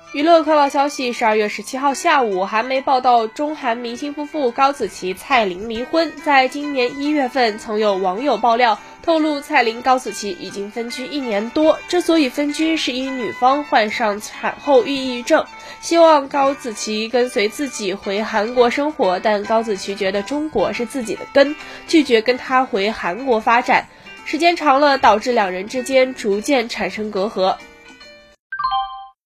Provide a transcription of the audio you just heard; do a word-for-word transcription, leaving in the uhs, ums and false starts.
娱乐快报消息，十二月十七号下午，韩媒报道中韩明星夫妇高子淇、蔡琳离婚。在今年一月份，曾有网友爆料透露，蔡琳、高子淇已经分居一年多。之所以分居，是因女方患上产后抑郁症，希望高子淇跟随自己回韩国生活，但高子淇觉得中国是自己的根，拒绝跟他回韩国发展。时间长了，导致两人之间逐渐产生隔阂。